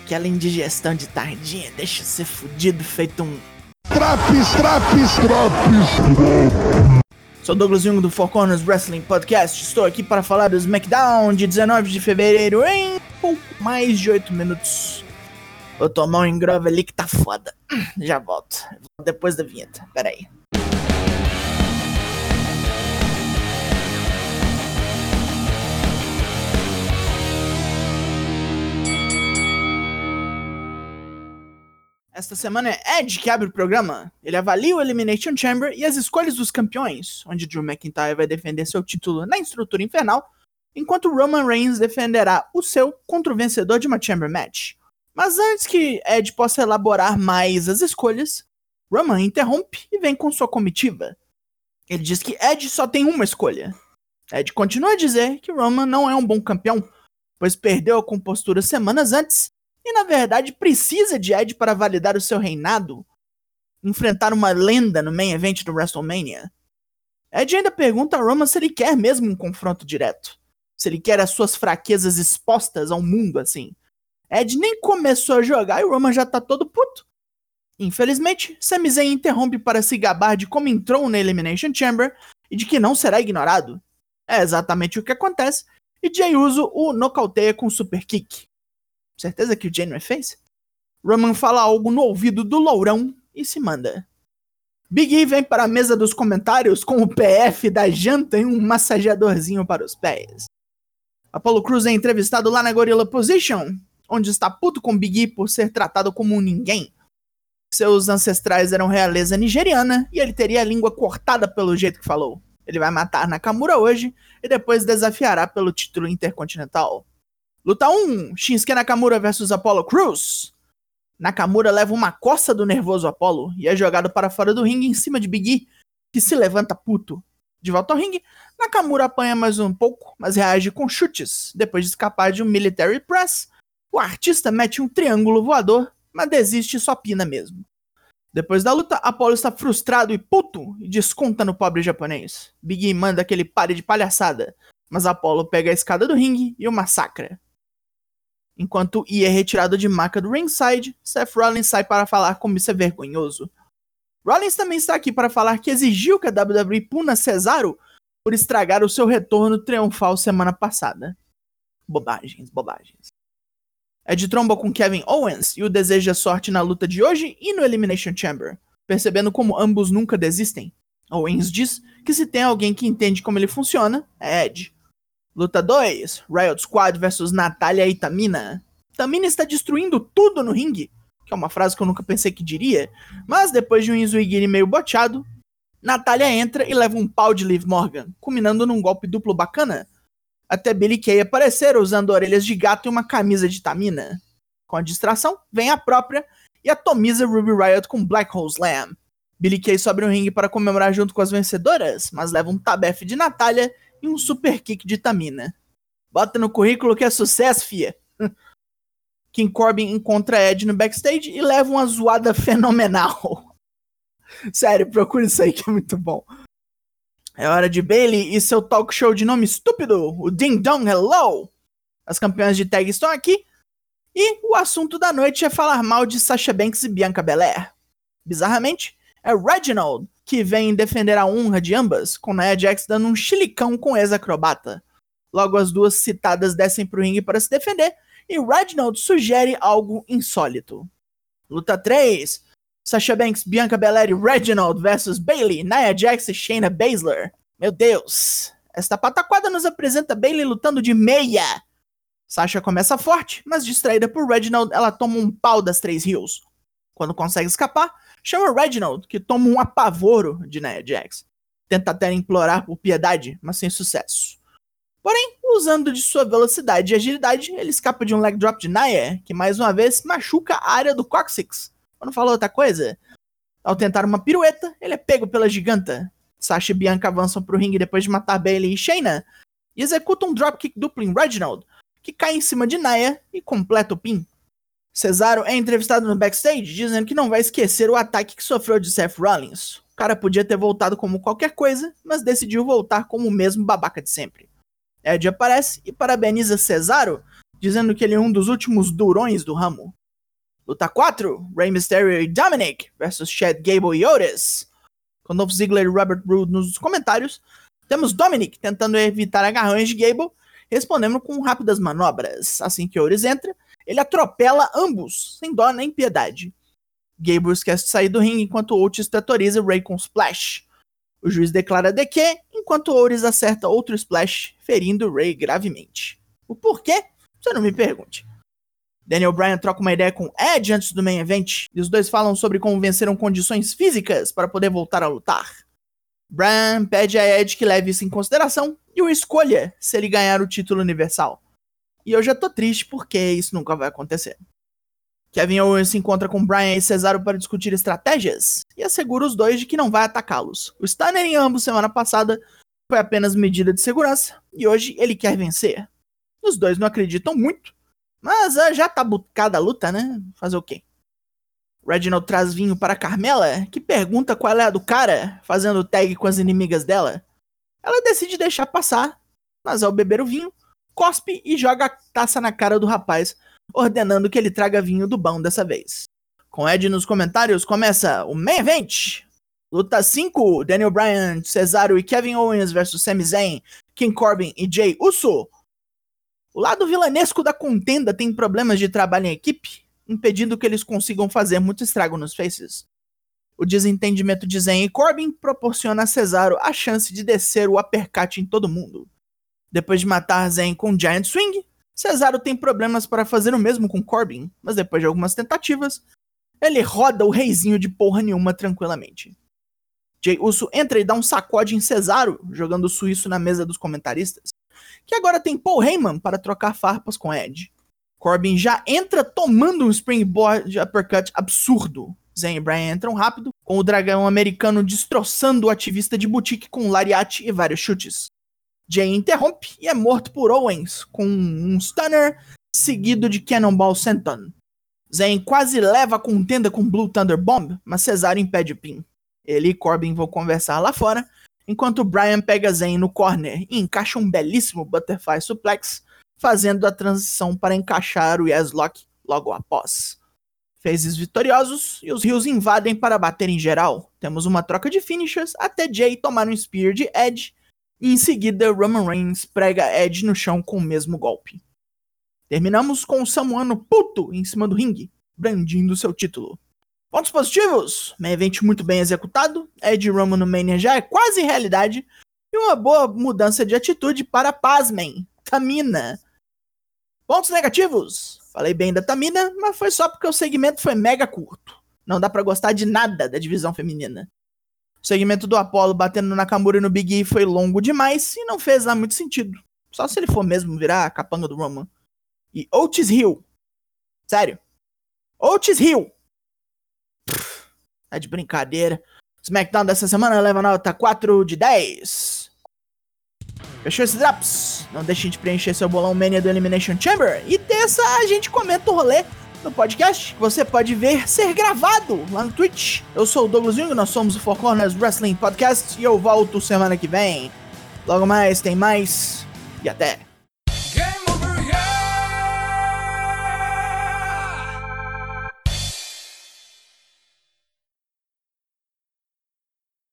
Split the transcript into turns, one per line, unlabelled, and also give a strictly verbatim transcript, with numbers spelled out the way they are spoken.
aquela indigestão de tardinha deixa ser fudido feito um...
Traps, traps, traps.
Sou Douglas Jung do Four Corners Wrestling Podcast. Estou aqui para falar do SmackDown de dezenove de fevereiro em pouco mais de oito minutos. Vou tomar um engrove ali que tá foda. Já volto. Depois da vinheta. Pera aí. Esta semana é Edge que abre o programa. Ele avalia o Elimination Chamber e as escolhas dos campeões, onde Drew McIntyre vai defender seu título na estrutura infernal, enquanto Roman Reigns defenderá o seu contra o vencedor de uma Chamber Match. Mas antes que Edge possa elaborar mais as escolhas, Roman interrompe e vem com sua comitiva. Ele diz que Edge só tem uma escolha. Edge continua a dizer que Roman não é um bom campeão, pois perdeu a compostura semanas antes, e na verdade precisa de Edge para validar o seu reinado, enfrentar uma lenda no main event do WrestleMania. Edge ainda pergunta a Roman se ele quer mesmo um confronto direto, se ele quer as suas fraquezas expostas ao mundo assim. Edge nem começou a jogar e o Roman já tá todo puto. Infelizmente, Sami Zayn interrompe para se gabar de como entrou na Elimination Chamber e de que não será ignorado. É exatamente o que acontece, e Jey Uso o nocauteia com um super kick. Certeza que o Jey não é face? Roman fala algo no ouvido do lourão e se manda. Big E vem para a mesa dos comentários com o P F da janta e um massageadorzinho para os pés. Apollo Crews é entrevistado lá na Gorilla Position, onde está puto com Big E por ser tratado como um ninguém. Seus ancestrais eram realeza nigeriana e ele teria a língua cortada pelo jeito que falou. Ele vai matar Nakamura hoje e depois desafiará pelo título intercontinental. Luta um, Shinsuke Nakamura versus Apollo Crews. Nakamura leva uma coça do nervoso Apollo e é jogado para fora do ringue em cima de Big E, que se levanta puto. De volta ao ringue, Nakamura apanha mais um pouco, mas reage com chutes. Depois de escapar de um military press, o artista mete um triângulo voador, mas desiste e só pina mesmo. Depois da luta, Apollo está frustrado e puto e desconta no pobre japonês. Big E manda que ele pare de palhaçada, mas Apollo pega a escada do ringue e o massacra. Enquanto E é retirado de maca do ringside, Seth Rollins sai para falar como isso é vergonhoso. Rollins também está aqui para falar que exigiu que a W W E puna Cesaro por estragar o seu retorno triunfal semana passada. Bobagens, bobagens. Edge tromba com Kevin Owens e o deseja sorte na luta de hoje e no Elimination Chamber. Percebendo como ambos nunca desistem, Owens diz que se tem alguém que entende como ele funciona, é Edge. Luta dois, Riot Squad versus Natalya e Tamina. Tamina está destruindo tudo no ringue, que é uma frase que eu nunca pensei que diria, mas depois de um Inzwigiri meio boteado, Natalya entra e leva um pau de Liv Morgan, culminando num golpe duplo bacana, até Billie Kay aparecer usando orelhas de gato e uma camisa de Tamina. Com a distração, vem a própria e atomiza Ruby Riott com Black Hole Slam. Billie Kay sobe no ringue para comemorar junto com as vencedoras, mas leva um tabefe de Natalya e um super kick de Tamina. Bota no currículo que é sucesso, fia. King Corbin encontra Edge no backstage e leva uma zoada fenomenal. Sério, procura isso aí que é muito bom. É hora de Bayley e seu talk show de nome estúpido, o Ding Dong Hello. As campeãs de tag estão aqui e o assunto da noite é falar mal de Sasha Banks e Bianca Belair. Bizarramente, é Reginald que vem defender a honra de ambas, com Nia Jax dando um chilicão com ex-acrobata. Logo as duas citadas descem pro ringue para se defender, e Reginald sugere algo insólito. Luta três, Sasha Banks, Bianca Belair e Reginald versus Bayley, Nia Jax e Shayna Baszler. Meu Deus, esta pataquada nos apresenta Bayley lutando de meia. Sasha começa forte, mas distraída por Reginald, ela toma um pau das três heels. Quando consegue escapar, chama Reginald, que toma um apavoro de Nia Jax. Tenta até implorar por piedade, mas sem sucesso. Porém, usando de sua velocidade e agilidade, ele escapa de um leg drop de Nia, que mais uma vez machuca a área do cóccix. Quando falou outra coisa, ao tentar uma pirueta, ele é pego pela giganta. Sasha e Bianca avançam pro ringue depois de matar Bayley e Shayna, e executam um dropkick duplo em Reginald, que cai em cima de Nia e completa o pin. Cesaro é entrevistado no backstage, dizendo que não vai esquecer o ataque que sofreu de Seth Rollins. O cara podia ter voltado como qualquer coisa, mas decidiu voltar como o mesmo babaca de sempre. Edge aparece e parabeniza Cesaro, dizendo que ele é um dos últimos durões do ramo. Luta quatro, Rey Mysterio e Dominic versus Chad Gable e Otis. Com Dolph Ziggler e Robert Roode nos comentários, temos Dominic tentando evitar agarrões de Gable, respondendo com rápidas manobras. Assim que Otis entra, ele atropela ambos, sem dó nem piedade. Gable esquece de sair do ringue enquanto Otis tratoriza Rey com splash. O juiz declara D Q, enquanto Otis acerta outro splash, ferindo Rey gravemente. O porquê? Você não me pergunte. Daniel Bryan troca uma ideia com Edge antes do main event, e os dois falam sobre como venceram condições físicas para poder voltar a lutar. Bryan pede a Edge que leve isso em consideração e o escolha se ele ganhar o título universal. E eu já tô triste porque isso nunca vai acontecer. Kevin Owens se encontra com Bryan e Cesaro para discutir estratégias e assegura os dois de que não vai atacá-los. O Stunner em ambos semana passada foi apenas medida de segurança e hoje ele quer vencer. Os dois não acreditam muito, mas uh, já tá bucada a luta, né? Fazer o quê? Reginald traz vinho para Carmela, que pergunta qual é a do cara, fazendo tag com as inimigas dela. Ela decide deixar passar, mas ao beber o vinho, cospe e joga a taça na cara do rapaz, ordenando que ele traga vinho do bom dessa vez. Com Ed nos comentários, começa o Main Event. Luta cinco, Daniel Bryan, Cesaro e Kevin Owens versus Sami Zayn, King Corbin e Jey Uso. O lado vilanesco da contenda tem problemas de trabalho em equipe, impedindo que eles consigam fazer muito estrago nos faces. O desentendimento de Zayn e Corbin proporciona a Cesaro a chance de descer o uppercut em todo mundo. Depois de matar Zayn com Giant Swing, Cesaro tem problemas para fazer o mesmo com Corbin, mas depois de algumas tentativas, ele roda o reizinho de porra nenhuma tranquilamente. Jey Uso entra e dá um sacode em Cesaro, jogando o suíço na mesa dos comentaristas, que agora tem Paul Heyman para trocar farpas com Edge. Corbin já entra tomando um springboard uppercut absurdo. Zayn e Bryan entram rápido, com o dragão americano destroçando o ativista de boutique com lariat e vários chutes. Jay interrompe e é morto por Owens com um stunner seguido de Cannonball Senton. Zayn quase leva a contenda com Blue Thunder Bomb, mas Cesaro impede o pin. Ele e Corbin vão conversar lá fora, enquanto Bryan pega Zayn no corner e encaixa um belíssimo Butterfly Suplex, fazendo a transição para encaixar o Yes Lock logo após. Phases vitoriosos e os Heels invadem para bater em geral. Temos uma troca de finishers até Jay tomar um Spear de Edge e em seguida Roman Reigns prega Edge no chão com o mesmo golpe. Terminamos com o Samoano puto em cima do ringue, brandindo seu título. Pontos positivos, main event muito bem executado, Edge e Roman no Mania já é quase realidade, e uma boa mudança de atitude para, pasmem, Tamina. Pontos negativos, falei bem da Tamina, mas foi só porque o segmento foi mega curto. Não dá pra gostar de nada da divisão feminina. O segmento do Apollo batendo no Nakamura e no Big E foi longo demais e não fez lá muito sentido. Só se ele for mesmo virar a capanga do Roman. E Otis Hill. Sério. Otis Hill. Pff, tá de brincadeira. SmackDown dessa semana leva nota quatro de dez. Fechou esses drops? Não deixem de preencher seu bolão Mania do Elimination Chamber. E terça a gente comenta o rolê no podcast que você pode ver ser gravado lá no Twitch. Eu sou o Douglas Jung, nós somos o Four Corners Wrestling Podcast e eu volto semana que vem. Logo mais, tem mais e até.